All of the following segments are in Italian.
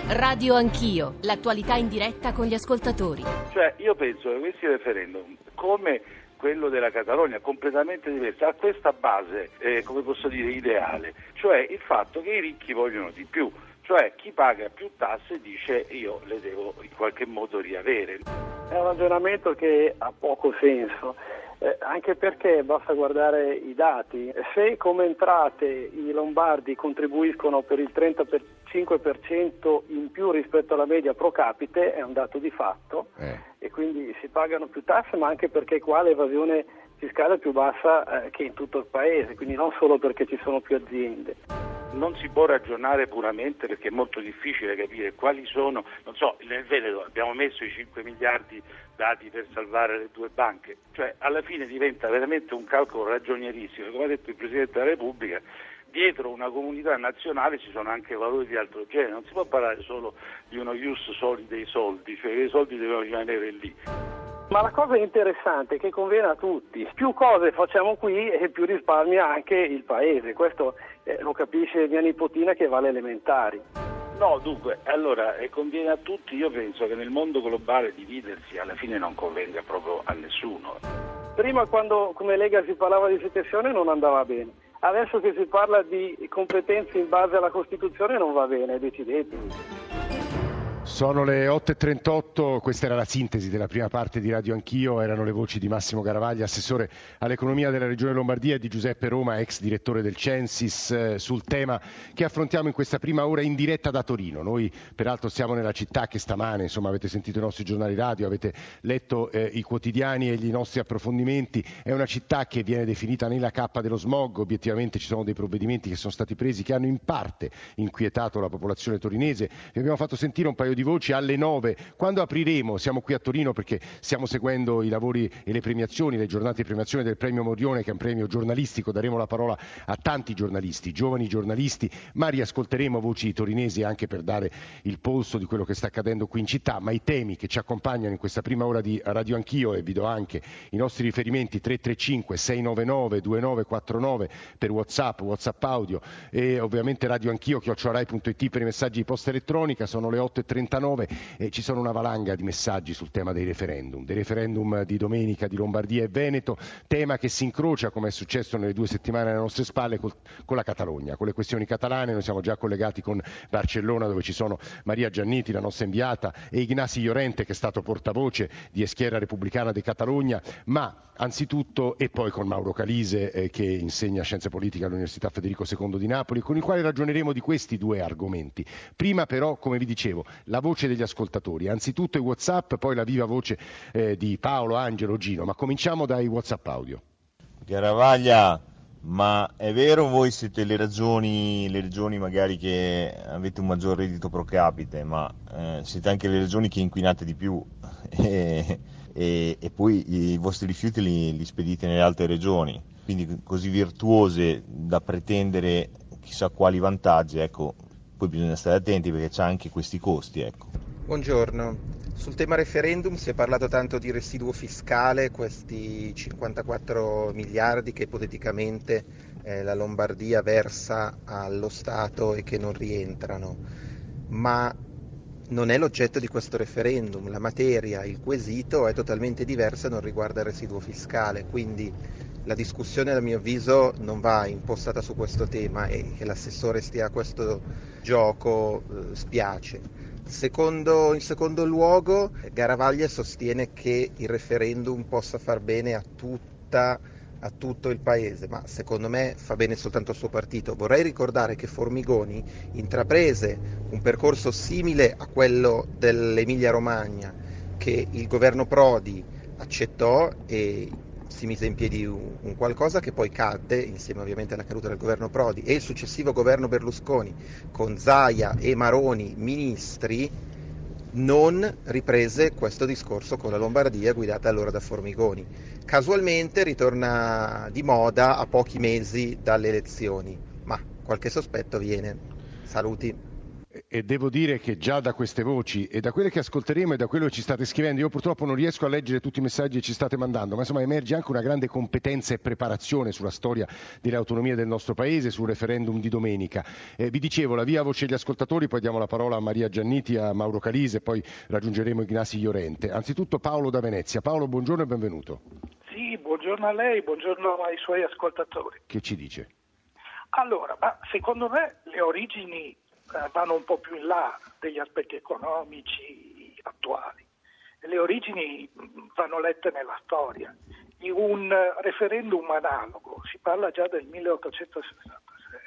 Radio Anch'io, l'attualità in diretta con gli ascoltatori. Cioè, io penso che questi referendum, come quello della Catalogna, completamente diverso, ha questa base, come posso dire, ideale, cioè il fatto che i ricchi vogliono di più, cioè chi paga più tasse dice io le devo in qualche modo riavere. È un ragionamento che ha poco senso. Anche perché basta guardare i dati. Se come entrate i lombardi contribuiscono per il 35% in più rispetto alla media pro capite, è un dato di fatto, e quindi si pagano più tasse, ma anche perché qua l'evasione fiscale è più bassa che in tutto il paese, quindi non solo perché ci sono più aziende. Non si può ragionare puramente perché è molto difficile capire quali sono, non so, nel Veneto abbiamo messo i 5 miliardi dati per salvare le 2 banche, cioè alla fine diventa veramente un calcolo ragionieristico, come ha detto il Presidente della Repubblica, dietro una comunità nazionale ci sono anche valori di altro genere, non si può parlare solo di uno ius soli dei soldi, cioè che i soldi devono rimanere lì. Ma la cosa interessante è che conviene a tutti, più cose facciamo qui e più risparmia anche il paese, questo lo capisce mia nipotina che va alle elementari. No, dunque, allora conviene a tutti, io penso che nel mondo globale dividersi alla fine non convenga proprio a nessuno. Prima quando come Lega si parlava di secessione non andava bene, adesso che si parla di competenze in base alla Costituzione non va bene, decidetevi. Sono le 8.38, questa era la sintesi della prima parte di Radio Anch'io, erano le voci di Massimo Garavaglia, assessore all'economia della Regione Lombardia, e di Giuseppe Roma, ex direttore del Censis, sul tema che affrontiamo in questa prima ora in diretta da Torino. Noi peraltro siamo nella città che stamane, insomma, avete sentito i nostri giornali radio, avete letto i quotidiani e i nostri approfondimenti, è una città che viene definita nella cappa dello smog, obiettivamente ci sono dei provvedimenti che sono stati presi che hanno in parte inquietato la popolazione torinese. Vi abbiamo fatto sentire un paio di voci alle 9, quando apriremo, siamo qui a Torino perché stiamo seguendo i lavori e le premiazioni, le giornate di premiazione del premio Morione, che è un premio giornalistico, daremo la parola a tanti giornalisti, giovani giornalisti, ma riascolteremo voci torinesi anche per dare il polso di quello che sta accadendo qui in città, ma i temi che ci accompagnano in questa prima ora di Radio Anch'io, e vi do anche i nostri riferimenti 335 699 2949 per WhatsApp audio, e ovviamente Radio Anch'io @rai.it per i messaggi di posta elettronica. Sono le 8.39 e ci sono una valanga di messaggi sul tema dei referendum di domenica di Lombardia e Veneto, tema che si incrocia, come è successo nelle 2 settimane alle nostre spalle, con la Catalogna, con le questioni catalane. Noi siamo già collegati con Barcellona, dove ci sono Maria Gianniti, la nostra inviata, e Ignasi Llorente, che è stato portavoce di Esquerra Repubblicana di Catalogna, ma anzitutto, e poi con Mauro Calise, che insegna scienze politiche all'Università Federico II di Napoli, con il quale ragioneremo di questi 2 argomenti. Prima però, come vi dicevo, la voce degli ascoltatori, anzitutto i WhatsApp, poi la viva voce di Paolo, Angelo, Gino, ma cominciamo dai WhatsApp audio. Garavaglia, ma è vero voi siete le regioni magari che avete un maggior reddito pro capite, ma siete anche le regioni che inquinate di più e poi i vostri rifiuti li spedite nelle altre regioni, quindi così virtuose da pretendere chissà quali vantaggi, ecco. Poi bisogna stare attenti perché c'ha anche questi costi, ecco. Buongiorno. Sul tema referendum si è parlato tanto di residuo fiscale, questi 54 miliardi che ipoteticamente la Lombardia versa allo Stato e che non rientrano, ma non è l'oggetto di questo referendum, la materia, il quesito è totalmente diversa e non riguarda il residuo fiscale, quindi la discussione a mio avviso non va impostata su questo tema, e che l'assessore stia a questo gioco spiace. In secondo luogo, Garavaglia sostiene che il referendum possa far bene a tutto il paese, ma secondo me fa bene soltanto al suo partito. Vorrei ricordare che Formigoni intraprese un percorso simile a quello dell'Emilia Romagna, che il governo Prodi accettò e si mise in piedi un qualcosa che poi cadde, insieme ovviamente alla caduta del governo Prodi, e il successivo governo Berlusconi, con Zaia e Maroni ministri, non riprese questo discorso con la Lombardia guidata allora da Formigoni. Casualmente ritorna di moda a pochi mesi dalle elezioni, ma qualche sospetto viene. Saluti. E devo dire che già da queste voci e da quelle che ascolteremo e da quello che ci state scrivendo, io purtroppo non riesco a leggere tutti i messaggi che ci state mandando, ma insomma emerge anche una grande competenza e preparazione sulla storia delle autonomie del nostro paese, sul referendum di domenica. Vi dicevo, la via voce agli ascoltatori, poi diamo la parola a Maria Gianniti, a Mauro Calise, poi raggiungeremo Ignasi Iorente. Anzitutto Paolo da Venezia. Paolo, buongiorno e benvenuto. Sì, buongiorno a lei, buongiorno ai suoi ascoltatori. Che ci dice? Allora, ma secondo me le origini vanno un po' più in là degli aspetti economici attuali. Le origini vanno lette nella storia. In un referendum analogo, si parla già del 1866,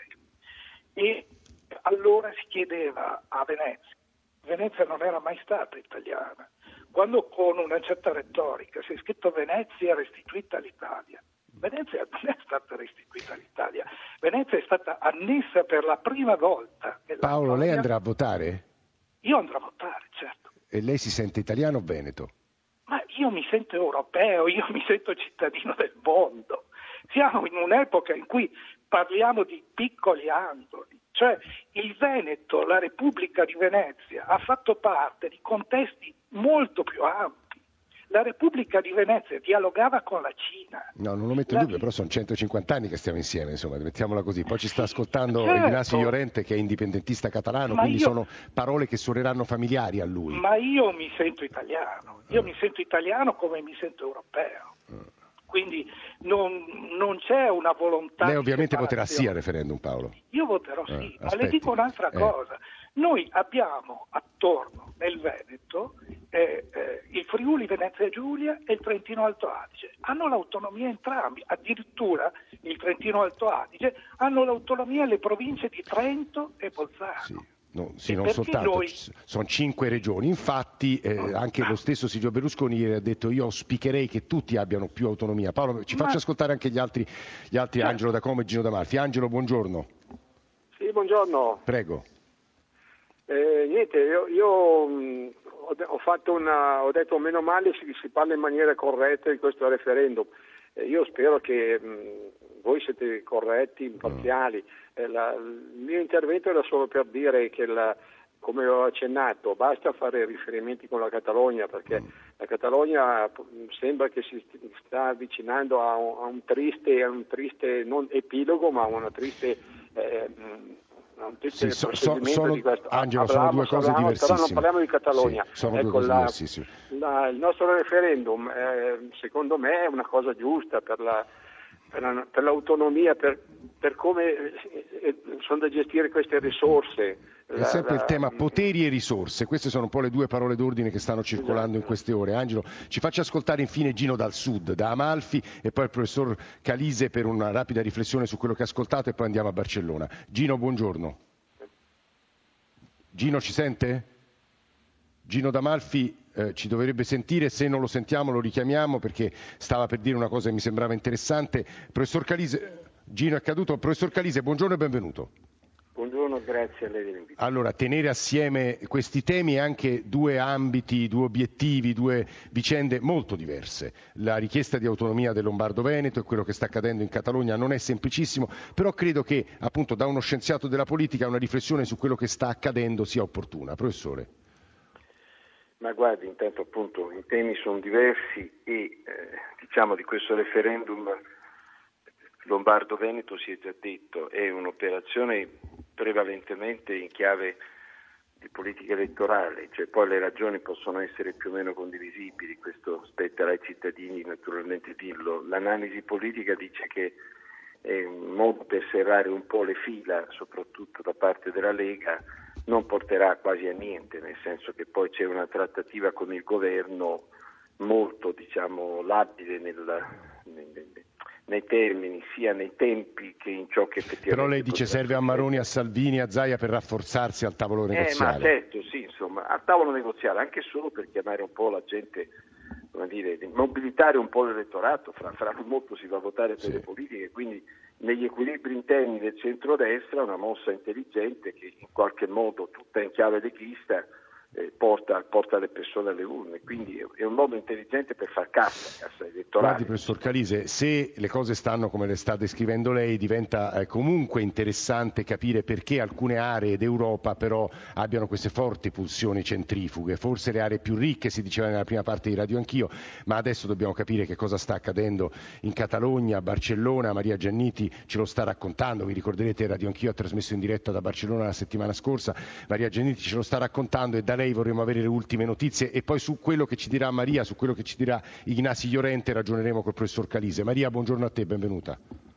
e allora si chiedeva a Venezia non era mai stata italiana, quando con una certa retorica si è scritto Venezia restituita all'Italia. Venezia non è stata restituita all'Italia, Venezia è stata annessa per la prima volta. Paolo, lei andrà a votare? Io andrò a votare, certo. E lei si sente italiano o veneto? Ma io mi sento europeo, io mi sento cittadino del mondo. Siamo in un'epoca in cui parliamo di piccoli angoli, cioè il Veneto, la Repubblica di Venezia, ha fatto parte di contesti molto più ampi. La Repubblica di Venezia dialogava con la Cina. No, non lo metto in dubbio, però sono 150 anni che stiamo insieme, insomma, mettiamola così. Poi ci sta ascoltando certo. Ignasi Iorente, che è indipendentista catalano, quindi sono parole che suoneranno familiari a lui. Ma io mi sento italiano, mi sento italiano come mi sento europeo. Quindi non c'è una volontà. Lei ovviamente voterà sì al referendum, Paolo. Io voterò sì, ma le dico un'altra cosa. Noi abbiamo attorno nel Veneto il Friuli Venezia Giulia e il Trentino Alto Adige. Hanno l'autonomia entrambi, addirittura il Trentino Alto Adige hanno l'autonomia le province di Trento e Bolzano. Sì. No, sì, non soltanto, sono 5 regioni, infatti anche lo stesso Silvio Berlusconi ha detto io auspicherei che tutti abbiano più autonomia. Paolo, ci faccia ascoltare anche gli altri Angelo da Como e Gino D'Amalfi. Angelo, buongiorno. Sì, buongiorno. Prego. Niente, io ho detto meno male si parla in maniera corretta di questo referendum. Io spero che voi siete corretti, imparziali. Il mio intervento era solo per dire che, come ho accennato, basta fare riferimenti con la Catalogna, perché la Catalogna sembra che si sta avvicinando a un triste non epilogo, ma a una triste sì, sono, di questo. Angelo, sono due cose diversissime. Però non parliamo di Catalogna. Sì, sono due cose diversissime. Il nostro referendum, secondo me, è una cosa giusta per l'autonomia, per come sono da gestire queste risorse. È sempre il tema poteri e risorse, queste sono un po' le due parole d'ordine che stanno circolando in queste ore. Angelo, ci faccia ascoltare infine Gino dal sud, da Amalfi, e poi il professor Calise per una rapida riflessione su quello che ha ascoltato, e poi andiamo a Barcellona. Gino, buongiorno. Gino, ci sente? Gino D'Amalfi ci dovrebbe sentire, se non lo sentiamo lo richiamiamo perché stava per dire una cosa che mi sembrava interessante. Professor Calise, Gino è caduto. Professor Calise, buongiorno e benvenuto. Buongiorno, grazie a lei dell'invito. Allora, tenere assieme questi temi e anche due ambiti, due obiettivi, due vicende molto diverse. La richiesta di autonomia del Lombardo-Veneto e quello che sta accadendo in Catalogna non è semplicissimo, però credo che appunto da uno scienziato della politica una riflessione su quello che sta accadendo sia opportuna. Professore. Ma guardi, intanto appunto i temi sono diversi e diciamo di questo referendum Lombardo-Veneto si è già detto, è un'operazione prevalentemente in chiave di politica elettorale, cioè poi le ragioni possono essere più o meno condivisibili, questo spetterà ai cittadini naturalmente dirlo. L'analisi politica dice che è un modo per serrare un po' le fila, soprattutto da parte della Lega, non porterà quasi a niente, nel senso che poi c'è una trattativa con il governo molto, diciamo, labile nei termini, sia nei tempi che in ciò che effettivamente... Però lei dice serve a Maroni, a Salvini, a Zaia per rafforzarsi al tavolo negoziale. Ma certo, sì, insomma, al tavolo negoziale, anche solo per chiamare un po' la gente, come dire, mobilitare un po' l'elettorato, fra molto si va a votare per le politiche, quindi negli equilibri interni del centrodestra una mossa intelligente che in qualche modo, tutta in chiave leghista, porta le persone alle urne, quindi è un modo intelligente per far cassa elettorale. Guardi, professor Calise, se le cose stanno come le sta descrivendo lei, diventa comunque interessante capire perché alcune aree d'Europa però abbiano queste forti pulsioni centrifughe, forse le aree più ricche, si diceva nella prima parte di Radio Anch'io, ma adesso dobbiamo capire che cosa sta accadendo in Catalogna, a Barcellona. Maria Gianniti ce lo sta raccontando, vi ricorderete Radio Anch'io ha trasmesso in diretta da Barcellona la settimana scorsa, Maria Gianniti ce lo sta raccontando e da lei vorremmo avere le ultime notizie e poi su quello che ci dirà Maria, su quello che ci dirà Ignasi Llorente ragioneremo col professor Calise. Maria, buongiorno a te, benvenuta.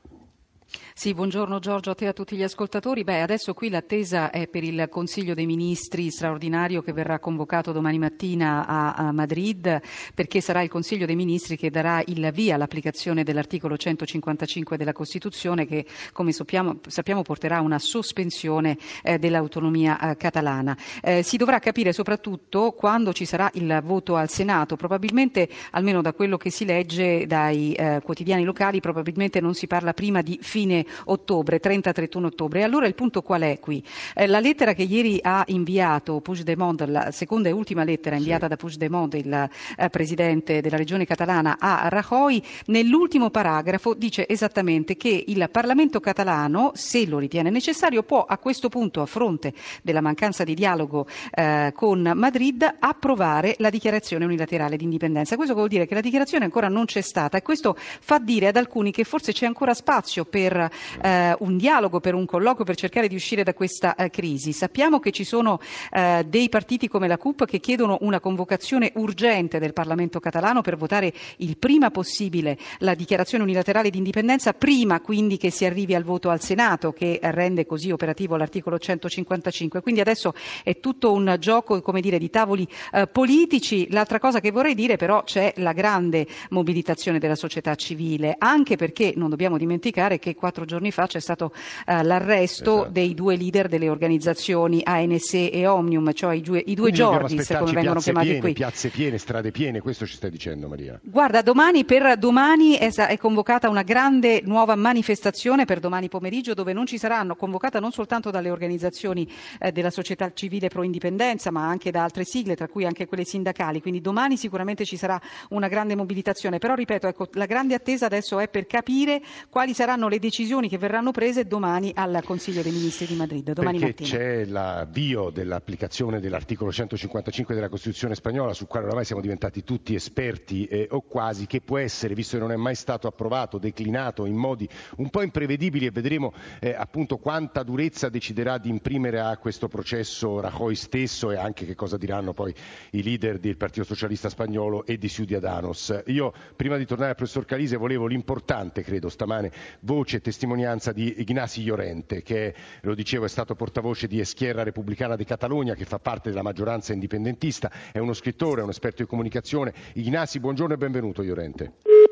Sì, buongiorno Giorgio, a te e a tutti gli ascoltatori. Adesso qui l'attesa è per il Consiglio dei Ministri straordinario che verrà convocato domani mattina a Madrid, perché sarà il Consiglio dei Ministri che darà il via all'applicazione dell'articolo 155 della Costituzione che, come sappiamo, porterà a una sospensione dell'autonomia catalana. Si dovrà capire soprattutto quando ci sarà il voto al Senato. Probabilmente, almeno da quello che si legge dai quotidiani locali, probabilmente non si parla prima di fine ottobre, 30-31 ottobre. E allora il punto qual è qui? La lettera che ieri ha inviato Puigdemont, la seconda e ultima lettera inviata da Puigdemont, il presidente della regione catalana, a Rajoy, nell'ultimo paragrafo dice esattamente che il Parlamento catalano, se lo ritiene necessario, può a questo punto, a fronte della mancanza di dialogo con Madrid, approvare la dichiarazione unilaterale di indipendenza. Questo vuol dire che la dichiarazione ancora non c'è stata e questo fa dire ad alcuni che forse c'è ancora spazio per un dialogo, per un colloquio, per cercare di uscire da questa crisi. Sappiamo che ci sono dei partiti come la CUP che chiedono una convocazione urgente del Parlamento catalano per votare il prima possibile la dichiarazione unilaterale di indipendenza, prima quindi che si arrivi al voto al Senato che rende così operativo l'articolo 155. Quindi adesso è tutto un gioco, come dire, di tavoli politici. L'altra cosa che vorrei dire però, c'è la grande mobilitazione della società civile, anche perché non dobbiamo dimenticare che 4 giorni fa c'è stato l'arresto dei due leader delle organizzazioni ANC e Omnium, cioè i due Giordis, come vengono chiamati qui. Piazze piene, strade piene, questo ci stai dicendo, Maria? Guarda, per domani è convocata una grande nuova manifestazione per domani pomeriggio, dove non ci saranno, convocata non soltanto dalle organizzazioni della società civile pro indipendenza, ma anche da altre sigle, tra cui anche quelle sindacali. Quindi domani sicuramente ci sarà una grande mobilitazione. Però ripeto, la grande attesa adesso è per capire quali saranno le decisioni che verranno prese domani al Consiglio dei Ministri di Madrid, domani mattina. C'è l'avvio dell'applicazione dell'articolo 155 della Costituzione spagnola, sul quale oramai siamo diventati tutti esperti o quasi, che può essere, visto che non è mai stato approvato, declinato in modi un po' imprevedibili, e vedremo appunto quanta durezza deciderà di imprimere a questo processo Rajoy stesso e anche che cosa diranno poi i leader del Partito Socialista Spagnolo e di Ciudadanos. Io, prima di tornare al professor Calise, volevo l'importante, credo, stamane voce e testimonianza di Ignasi Llorente, che, lo dicevo, è stato portavoce di Esquerra Republicana di Catalogna, che fa parte della maggioranza indipendentista, è uno scrittore, è un esperto di comunicazione. Ignasi, buongiorno e benvenuto, Llorente.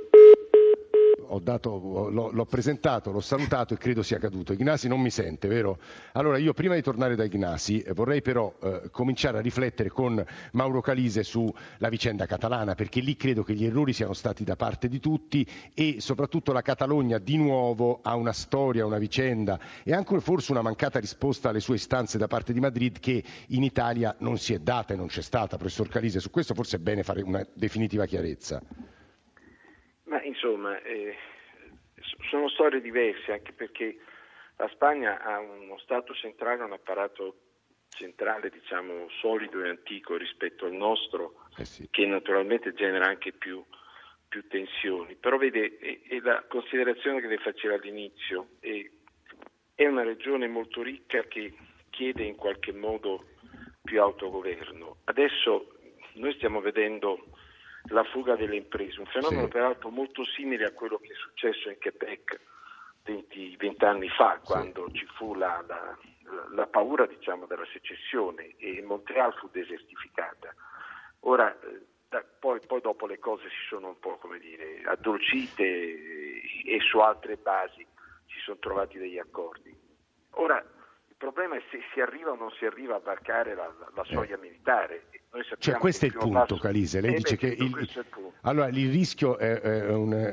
L'ho presentato, l'ho salutato e credo sia caduto. Ignasi non mi sente, vero? Allora io, prima di tornare da Ignasi, vorrei però cominciare a riflettere con Mauro Calise sulla vicenda catalana, perché lì credo che gli errori siano stati da parte di tutti e soprattutto la Catalogna di nuovo ha una storia, una vicenda e anche forse una mancata risposta alle sue istanze da parte di Madrid che in Italia non si è data e non c'è stata. Professor Calise, su questo forse è bene fare una definitiva chiarezza. Ma insomma, sono storie diverse, anche perché la Spagna ha uno Stato centrale, un apparato centrale, diciamo, solido e antico rispetto al nostro, sì, che naturalmente genera anche più tensioni. Però vede, è la considerazione che le facevo all'inizio, è una regione molto ricca che chiede in qualche modo più autogoverno. Adesso noi stiamo vedendo la fuga delle imprese, un fenomeno peraltro molto simile a quello che è successo in Quebec 20 anni fa, quando ci fu la paura, diciamo, della secessione e Montreal fu desertificata. Ora poi dopo le cose si sono un po', come dire, addolcite e su altre basi si sono trovati degli accordi. Ora il problema problema è se si arriva o non si arriva a varcare la soglia militare. Noi cioè questo è il punto, Calise. Lei dice che allora il rischio è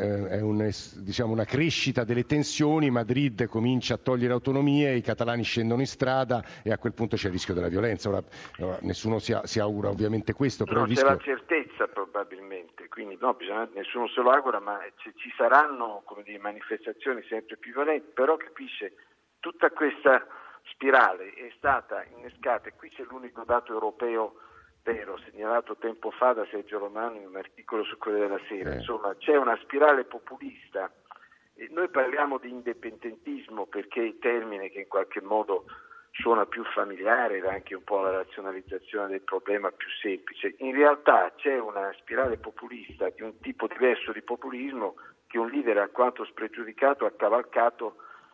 diciamo una crescita delle tensioni, Madrid comincia a togliere autonomie, i catalani scendono in strada e a quel punto c'è il rischio della violenza. Ora nessuno si augura ovviamente questo, però non c'è la certezza probabilmente, quindi nessuno se lo augura, ma ci saranno manifestazioni sempre più violente, però capisce tutta questa spirale è stata innescata, e qui c'è l'unico dato europeo vero, segnalato tempo fa da Sergio Romano in un articolo su Corriere della Sera. Insomma, c'è una spirale populista. E noi parliamo di indipendentismo perché è il termine che in qualche modo suona più familiare, era anche un po' la razionalizzazione del problema più semplice. In realtà c'è una spirale populista di un tipo diverso di populismo che un leader alquanto spregiudicato ha cavalcato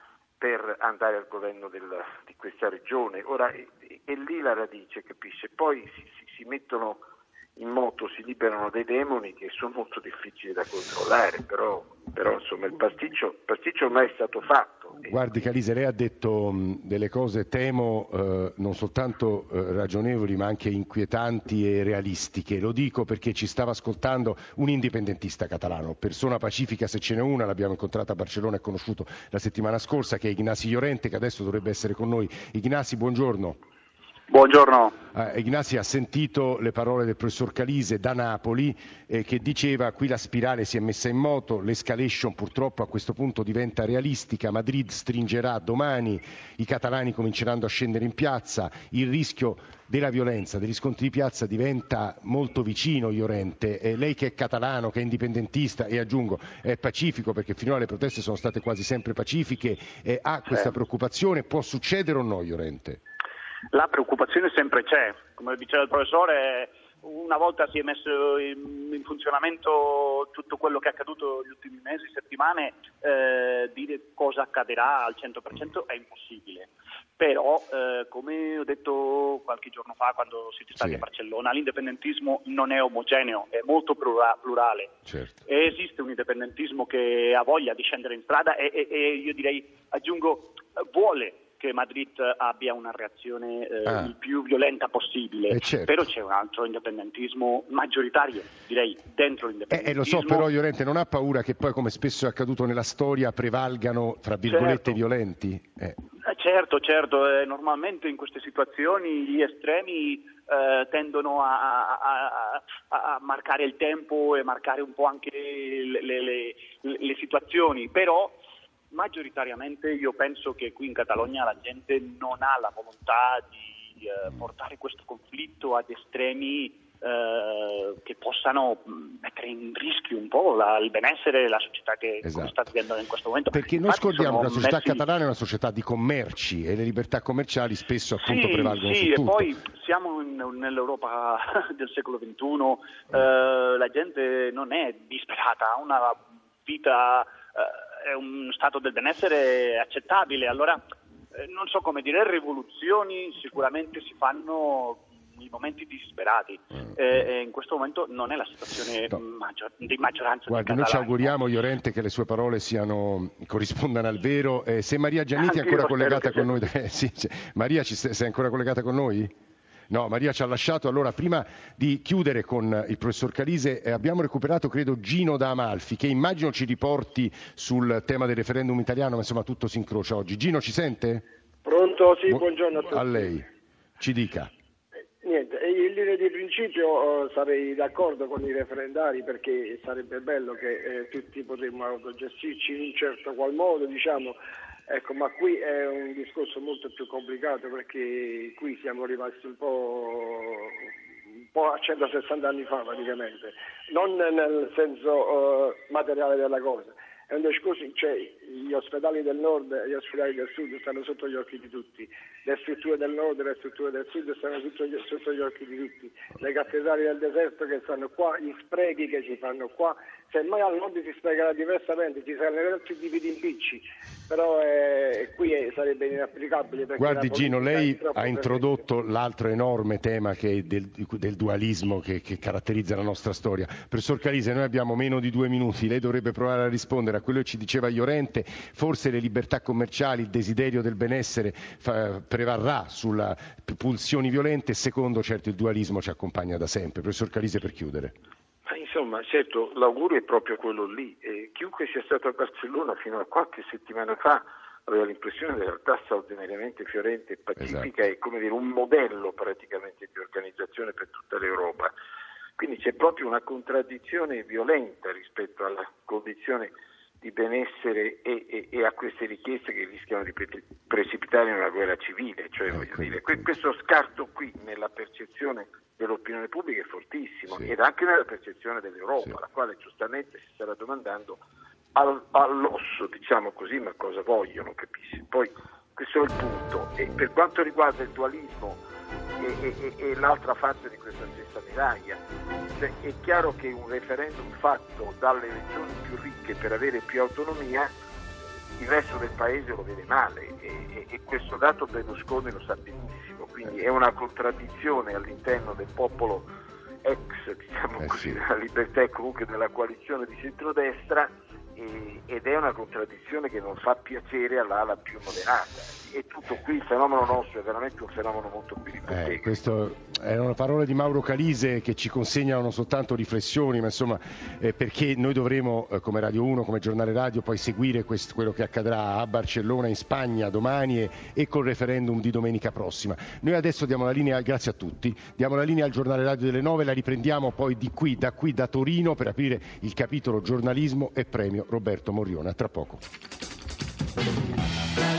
per andare al governo di questa regione. Ora è lì la radice, capisce? Poi si mettono in moto, si liberano dei demoni che sono molto difficili da controllare, però insomma il pasticcio ormai è stato fatto. Guardi Calise, lei ha detto delle cose, temo, non soltanto ragionevoli ma anche inquietanti e realistiche. Lo dico perché ci stava ascoltando un indipendentista catalano, persona pacifica se ce n'è una, l'abbiamo incontrata a Barcellona e conosciuto la settimana scorsa, che è Ignasi Llorente, che adesso dovrebbe essere con noi. Ignasi, buongiorno. Buongiorno. Ignasi ha sentito le parole del professor Calise da Napoli che diceva qui la spirale si è messa in moto, l'escalation purtroppo a questo punto diventa realistica, Madrid stringerà domani, i catalani cominceranno a scendere in piazza, il rischio della violenza, degli scontri di piazza diventa molto vicino. Llorente, lei che è catalano, che è indipendentista e aggiungo è pacifico perché finora le proteste sono state quasi sempre pacifiche, ha questa preoccupazione, può succedere o no, Llorente? La preoccupazione sempre c'è, come diceva il professore, una volta si è messo in funzionamento tutto quello che è accaduto negli ultimi mesi, settimane, dire cosa accadrà al 100% è impossibile. Però, come ho detto qualche giorno fa quando siete stati a Barcellona, l'indipendentismo non è omogeneo, è molto plurale. Certo. E esiste un indipendentismo che ha voglia di scendere in strada e io direi, aggiungo, vuole che Madrid abbia una reazione il più violenta possibile, certo. Però c'è un altro indipendentismo maggioritario, direi, dentro l'indipendentismo. Lo so, però Llorente non ha paura che poi, come spesso è accaduto nella storia, prevalgano, tra virgolette, violenti? Certo, normalmente in queste situazioni gli estremi tendono a marcare il tempo e marcare un po' anche le situazioni, però maggioritariamente io penso che qui in Catalogna la gente non ha la volontà di portare questo conflitto ad estremi che possano mettere in rischio un po' il benessere della società che sta vivendo in questo momento. Perché noi scordiamo che la società catalana è una società di commerci e le libertà commerciali spesso appunto prevalgono su tutto. E poi siamo nell'Europa del secolo XXI, la gente non è disperata, ha una vita, è un stato del benessere accettabile. Allora non so come dire, rivoluzioni sicuramente si fanno in momenti disperati e in questo momento non è la situazione di maggioranza. Guardi, noi ci auguriamo, Llorente, che le sue parole corrispondano al vero. Se Maria Gianniti è ancora collegata con noi, Maria, sei ancora collegata con noi? No, Maria ci ha lasciato. Allora, prima di chiudere con il professor Calise, abbiamo recuperato, credo, Gino da Amalfi, che immagino ci riporti sul tema del referendum italiano, ma insomma tutto si incrocia oggi. Gino, ci sente? Pronto? Sì, buongiorno a tutti. A lei. Ci dica. Niente, in linea di principio sarei d'accordo con i referendari, perché sarebbe bello che tutti potremmo autogestirci in un certo qual modo, diciamo. Ecco, ma qui è un discorso molto più complicato, perché qui siamo rimasti un po' a 160 anni fa praticamente, non nel senso materiale della cosa. È un discorso, cioè gli ospedali del nord e gli ospedali del sud stanno sotto gli occhi di tutti, le strutture del nord e le strutture del sud stanno sotto gli occhi di tutti, le cattedrali del deserto che stanno qua, gli sprechi che si fanno qua. Semmai al nord si spiegherà diversamente, ci saranno altri tipi di impicci, però qui sarebbe inapplicabile. Guardi Gino, lei ha introdotto l'altro enorme tema che è del dualismo che caratterizza la nostra storia. Professor Calise, noi abbiamo meno di 2 minuti, lei dovrebbe provare a rispondere era quello che ci diceva Llorente, forse le libertà commerciali, il desiderio del benessere prevarrà sulle pulsioni violente, e secondo, certo, il dualismo ci accompagna da sempre. Professor Calise, per chiudere. Ma insomma, certo, l'augurio è proprio quello lì. Chiunque sia stato a Barcellona fino a qualche settimana fa aveva l'impressione della realtà straordinariamente fiorente e pacifica, e come dire un modello praticamente di organizzazione per tutta l'Europa. Quindi c'è proprio una contraddizione violenta rispetto alla condizione di benessere e a queste richieste che rischiano di precipitare in una guerra civile. Cioè, voglio dire, questo scarto qui nella percezione dell'opinione pubblica è fortissimo, ed anche nella percezione dell'Europa, la quale giustamente si starà domandando all'osso, diciamo così, ma cosa vogliono, capisci? Poi questo è il punto. E per quanto riguarda il dualismo e l'altra faccia di questa stessa medaglia, cioè, è chiaro che un referendum fatto dalle regioni più ricche per avere più autonomia, il resto del paese lo vede male, e questo dato Berlusconi lo sa benissimo, quindi è una contraddizione all'interno del popolo ex, diciamo così, della libertà e comunque della coalizione di centrodestra, ed è una contraddizione che non fa piacere all'ala più moderata. E tutto qui, il fenomeno nostro è veramente un fenomeno molto più ipotetico. Questo erano parole di Mauro Calise che ci consegnano non soltanto riflessioni, ma insomma perché noi dovremo come Radio 1, come giornale radio, poi seguire quello che accadrà a Barcellona, in Spagna domani e col referendum di domenica prossima. Noi adesso diamo la linea, grazie a tutti, diamo la linea al giornale radio delle 9, la riprendiamo poi da qui da Torino per aprire il capitolo giornalismo e premio Roberto Morione. A tra poco.